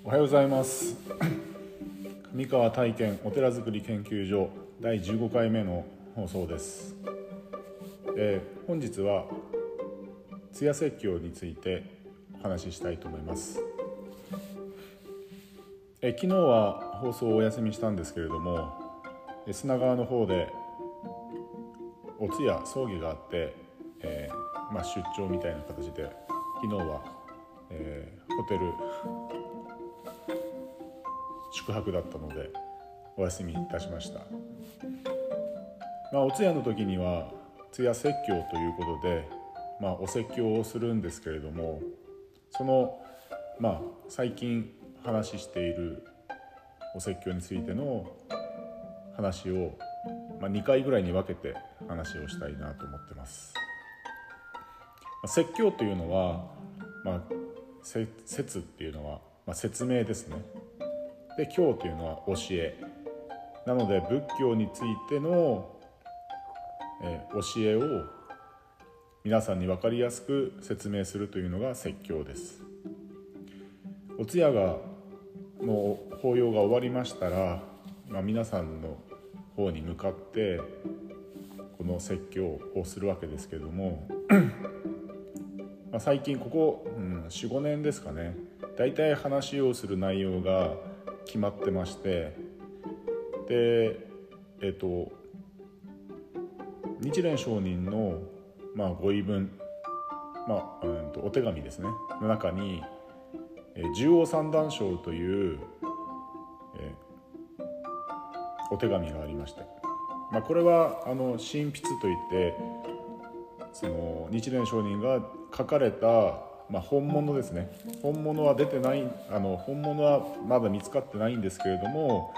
おはようございます。上川体験お寺づくり研究所第15回目の放送です。本日は通夜説教についてお話ししたいと思います。昨日は放送をお休みしたんですけれども、砂川の方でお通夜葬儀があって、出張みたいな形で昨日は、ホテル宿泊だったのでお休みいたしました。お通夜の時には通夜説教ということで、お説教をするんですけれども、その、最近話しているお説教についての話を、2回ぐらいに分けて話をしたいなと思ってます。説教というのは、説っていうのは、説明ですね。で、教というのは教えなので、仏教についての、教えを皆さんに分かりやすく説明するというのが説教です。お通夜の法要が終わりましたら、皆さんの方に向かってこの説教をするわけですけれども最近ここ、4、5年ですかね、だいたい話をする内容が決まってまして、で、日蓮聖人の、ご遺文、お手紙ですねの中に十王三段章という、お手紙がありまして、これは真筆といってその日蓮聖人が書かれた、本物ですね。本物は出てない、本物はまだ見つかってないんですけれども、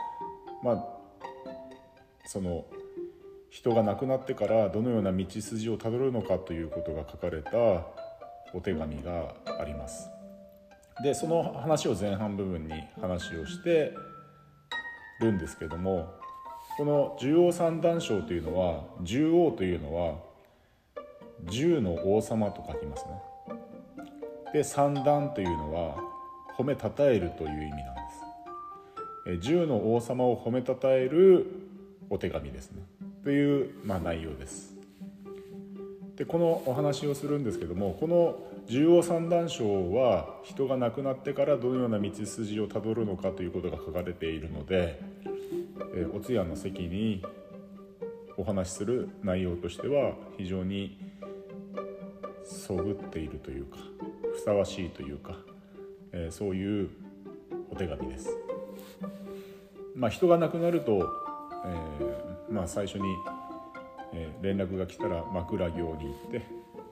その人が亡くなってからどのような道筋をたどるのかということが書かれたお手紙があります。で、その話を前半部分に話をしてるんですけども、この十王三段章というのは、十王というのは十の王様と書きますね。で、三段というのは褒めたたえるという意味なんです。十の王様を褒めたたえるお手紙ですねという、内容です。で、このお話をするんですけども、この十王三段章は人が亡くなってからどのような道筋をたどるのかということが書かれているので、お通夜の席にお話しする内容としては非常にそぐっているというか、ふさわしいというか、そういうお手紙です。人が亡くなると、最初に、連絡が来たら枕行に行って、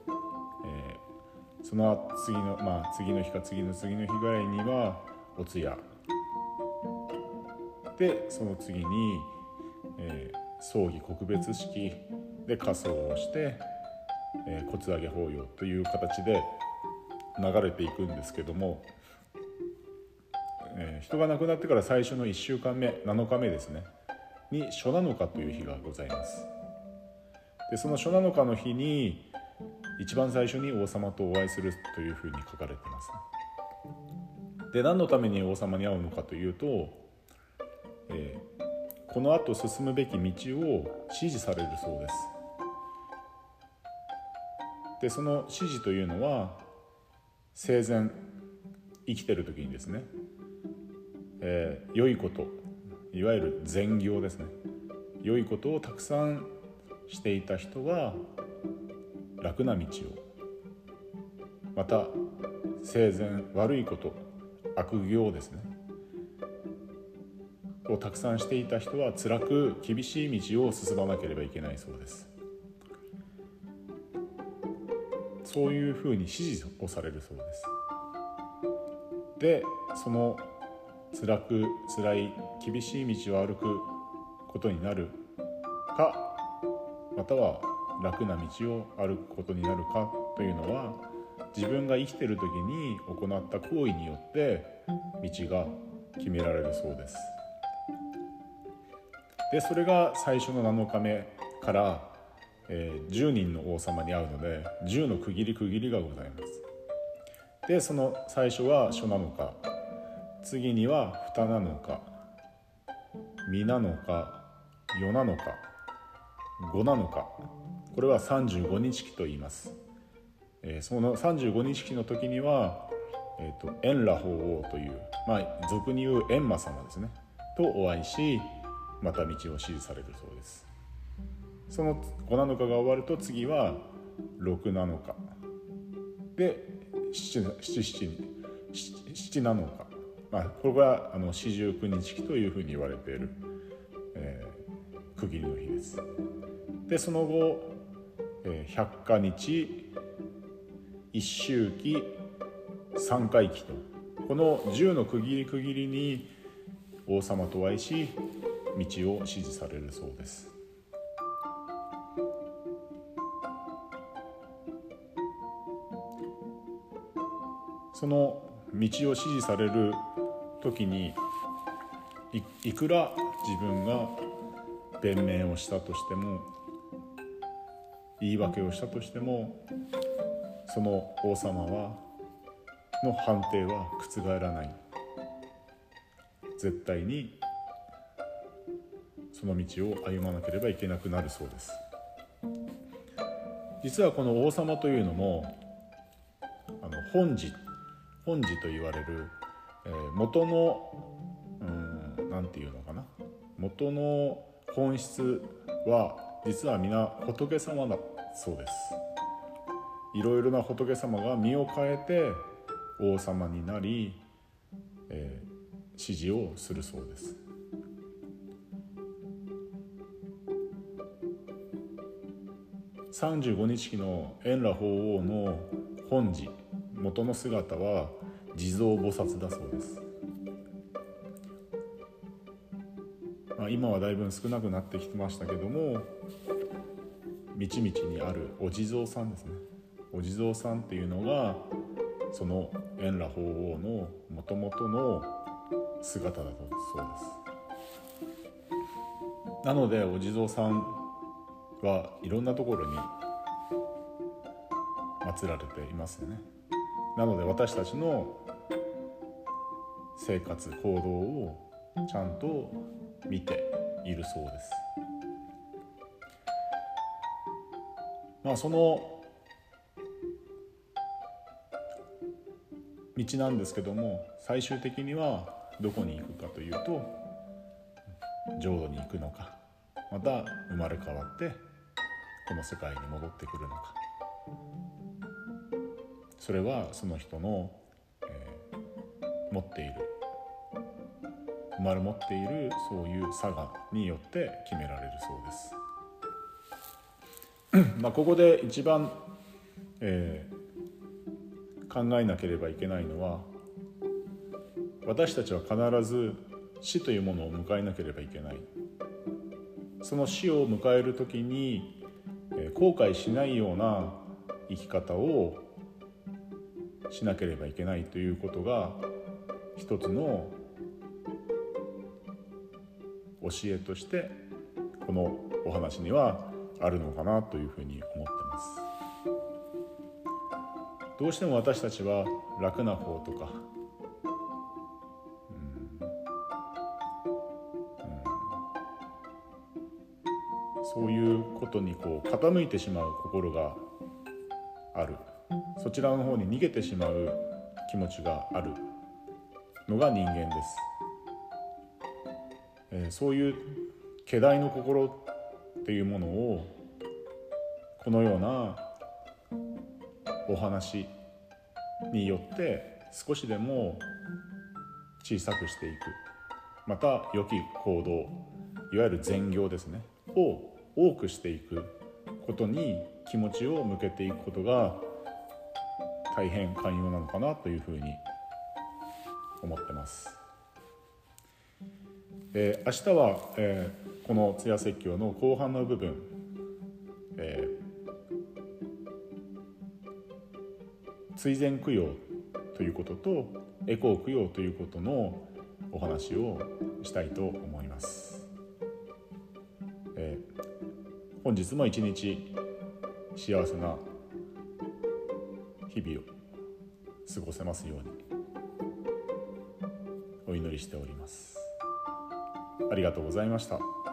その次の日か次の日ぐらいにはお通夜で、その次に、葬儀告別式で火葬をして、骨上げ法要という形で流れていくんですけども、人が亡くなってから最初の1週間目、7日目ですねに初七日という日がございます。で、その初七日の日に一番最初に王様とお会いするというふうに書かれてます。で、何のために王様に会うのかというと、この後進むべき道を指示されるそうです。で、その指示というのは生前生きてる時にですね、良いこと、いわゆる善行ですね、良いことをたくさんしていた人は楽な道を、また生前悪いこと、悪行ですねをたくさんしていた人は辛く厳しい道を進まなければいけないそうです。そういうふうに指示をされるそうです。で、その辛い厳しい道を歩くことになるか、または楽な道を歩くことになるかというのは、自分が生きている時に行った行為によって道が決められるそうです。で、それが最初の7日目から、10人の王様に会うので、10の区切りがございます。で、その最初は初7日、 次には二なのか、三なのか、四なのか、五なのか、これは35日期と言います。その35日期の時には、閻羅法王という、俗に言う閻魔様ですねとお会いし、また道を指示されるそうです。その5なのかが終わると、次は6なのかで7なのか、これが四十九日期というふうに言われている、区切りの日です。でその後、百花日、一周忌、三回忌と、この10の区切りに王様とお会いし、道を指示されるそうです。その道を指示される時に、いくら自分が弁明をしたとしても、言い訳をしたとしても、その王様の判定は覆らない。絶対にその道を歩まなければいけなくなるそうです。実はこの王様というのも、本寺と言われる、元のなんていうのかな、元の本質は実は皆仏様だそうです。いろいろな仏様が身を変えて王様になり、指示をするそうです。35日期の閻羅法王の本寺、元の姿は地蔵菩薩だそうです。今はだいぶ少なくなってきましたけども、道々にあるお地蔵さんですね。お地蔵さんっていうのがその閻羅法王のもともとの姿だそうです。なのでお地蔵さんはいろんなところに祀られていますよね。なので私たちの生活行動をちゃんと見ているそうです。その道なんですけども、最終的にはどこに行くかというと、浄土に行くのか、また生まれ変わってこの世界に戻ってくるのか、それはその人の、持っている、生まれ持っているそういう差がによって決められるそうです。ここで一番、考えなければいけないのは、私たちは必ず死というものを迎えなければいけない。その死を迎えるときに、後悔しないような生き方をしなければいけないということが一つの教えとしてこのお話にはあるのかなというふうに思ってます。どうしても私たちは楽な方とか、そういうことに傾いてしまう心がある、そちらの方に逃げてしまう気持ちがあるのが人間です。そういう気大の心っていうものをこのようなお話によって少しでも小さくしていく、また良き行動、いわゆる善行ですねを多くしていくことに気持ちを向けていくことが大変寛容なのかなというふうに思ってます。明日は、この通夜説教の後半の部分、追善供養ということと回向供養ということのお話をしたいと思います。本日も一日幸せな日々を過ごせますように。 お祈りしております。ありがとうございました。